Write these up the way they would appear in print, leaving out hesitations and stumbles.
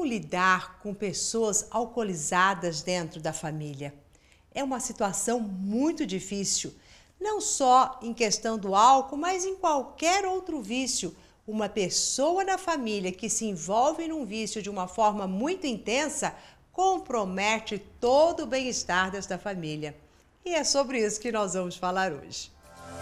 Como lidar com pessoas alcoolizadas dentro da família? É uma situação muito difícil, não só em questão do álcool, mas em qualquer outro vício. Uma pessoa na família que se envolve num vício de uma forma muito intensa compromete todo o bem-estar desta família. E é sobre isso que nós vamos falar hoje.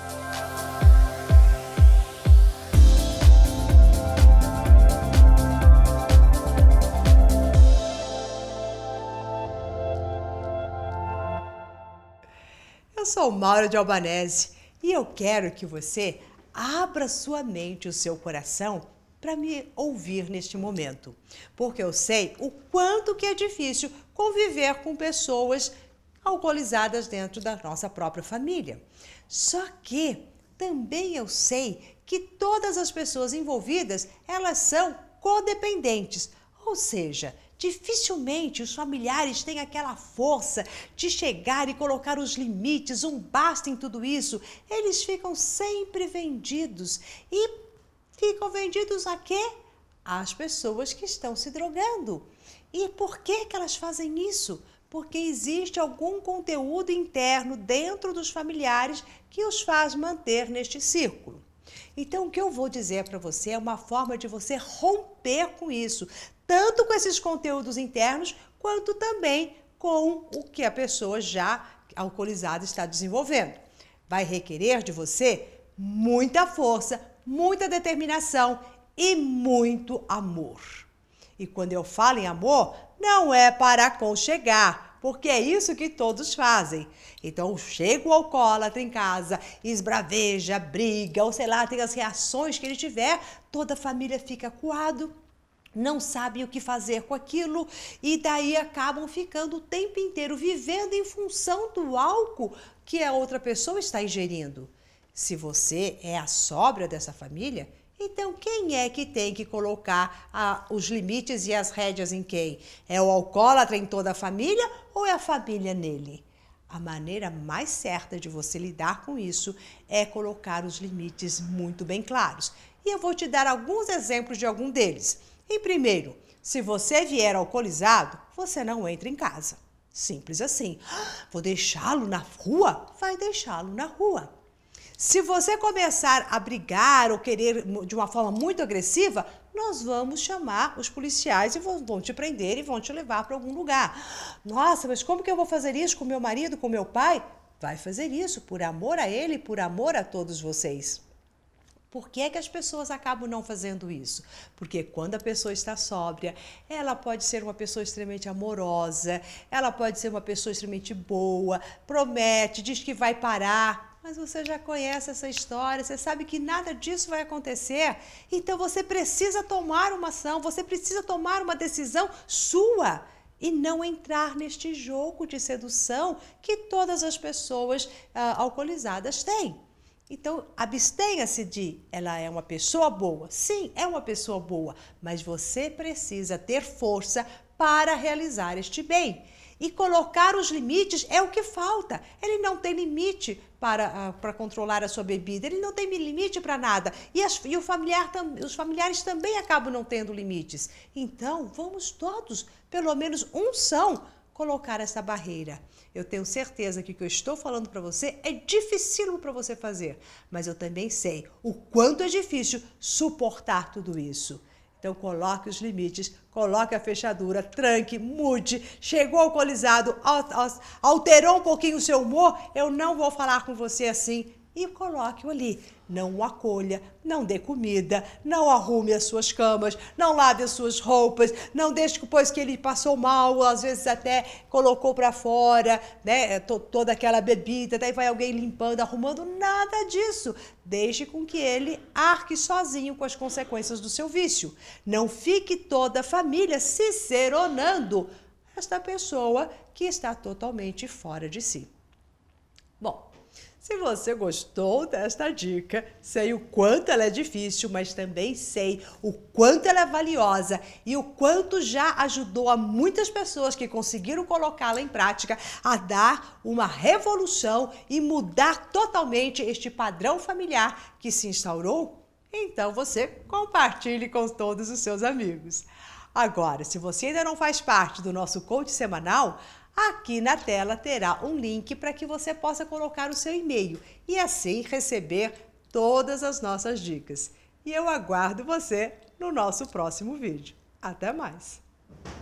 Eu sou Maura de Albanese e eu quero que você abra sua mente e o seu coração para me ouvir neste momento, porque eu sei o quanto que é difícil conviver com pessoas alcoolizadas dentro da nossa própria família. Só que também eu sei que todas as pessoas envolvidas, elas são codependentes, ou seja, dificilmente os familiares têm aquela força de chegar e colocar os limites, um basta em tudo isso. Eles ficam sempre vendidos. E ficam vendidos a quê? Às pessoas que estão se drogando. E por que elas fazem isso? Porque existe algum conteúdo interno dentro dos familiares que os faz manter neste círculo. Então, o que eu vou dizer para você é uma forma de você romper com isso, tanto com esses conteúdos internos, quanto também com o que a pessoa já alcoolizada está desenvolvendo. Vai requerer de você muita força, muita determinação e muito amor. E quando eu falo em amor, não é para aconchegar, porque é isso que todos fazem. Então, chega o alcoólatra em casa, esbraveja, briga, ou sei lá, tem as reações que ele tiver, toda a família fica acuado, não sabe o que fazer com aquilo e daí acabam ficando o tempo inteiro vivendo em função do álcool que a outra pessoa está ingerindo. Se você é a sóbria dessa família, então quem é que tem que colocar os limites e as rédeas em quem? É o alcoólatra em toda a família ou é a família nele? A maneira mais certa de você lidar com isso é colocar os limites muito bem claros. E eu vou te dar alguns exemplos de algum deles. Em primeiro, se você vier alcoolizado, você não entra em casa. Simples assim. Vou deixá-lo na rua? Vai deixá-lo na rua. Se você começar a brigar ou querer de uma forma muito agressiva, nós vamos chamar os policiais e vão te prender e vão te levar para algum lugar. Nossa, mas como que eu vou fazer isso com meu marido, com meu pai? Vai fazer isso por amor a ele e por amor a todos vocês. Por que é que as pessoas acabam não fazendo isso? Porque quando a pessoa está sóbria, ela pode ser uma pessoa extremamente amorosa, ela pode ser uma pessoa extremamente boa, promete, diz que vai parar, mas você já conhece essa história, você sabe que nada disso vai acontecer. Então você precisa tomar uma ação, você precisa tomar uma decisão sua e não entrar neste jogo de sedução que todas as pessoas alcoolizadas têm. Então, abstenha-se de, ela é uma pessoa boa. Sim, é uma pessoa boa, mas você precisa ter força para realizar este bem. E colocar os limites é o que falta. Ele não tem limite para controlar a sua bebida, ele não tem limite para nada. E os familiares também acabam não tendo limites. Então, vamos todos, pelo menos colocar essa barreira. Eu tenho certeza que o que eu estou falando para você é dificílimo para você fazer, mas eu também sei o quanto é difícil suportar tudo isso. Então coloque os limites, coloque a fechadura, tranque, mude, chegou alcoolizado, alterou um pouquinho o seu humor, eu não vou falar com você assim. E coloque-o ali. Não o acolha, não dê comida, não arrume as suas camas, não lave as suas roupas, não deixe que depois que ele passou mal, às vezes até colocou para fora, né, toda aquela bebida, daí vai alguém limpando, arrumando, nada disso. Deixe com que ele arque sozinho com as consequências do seu vício. Não fique toda a família ciceronando esta pessoa que está totalmente fora de si. Bom, se você gostou desta dica, sei o quanto ela é difícil, mas também sei o quanto ela é valiosa e o quanto já ajudou a muitas pessoas que conseguiram colocá-la em prática a dar uma revolução e mudar totalmente este padrão familiar que se instaurou. Então você compartilhe com todos os seus amigos. Agora, se você ainda não faz parte do nosso coach semanal, aqui na tela terá um link para que você possa colocar o seu e-mail e assim receber todas as nossas dicas. E eu aguardo você no nosso próximo vídeo. Até mais!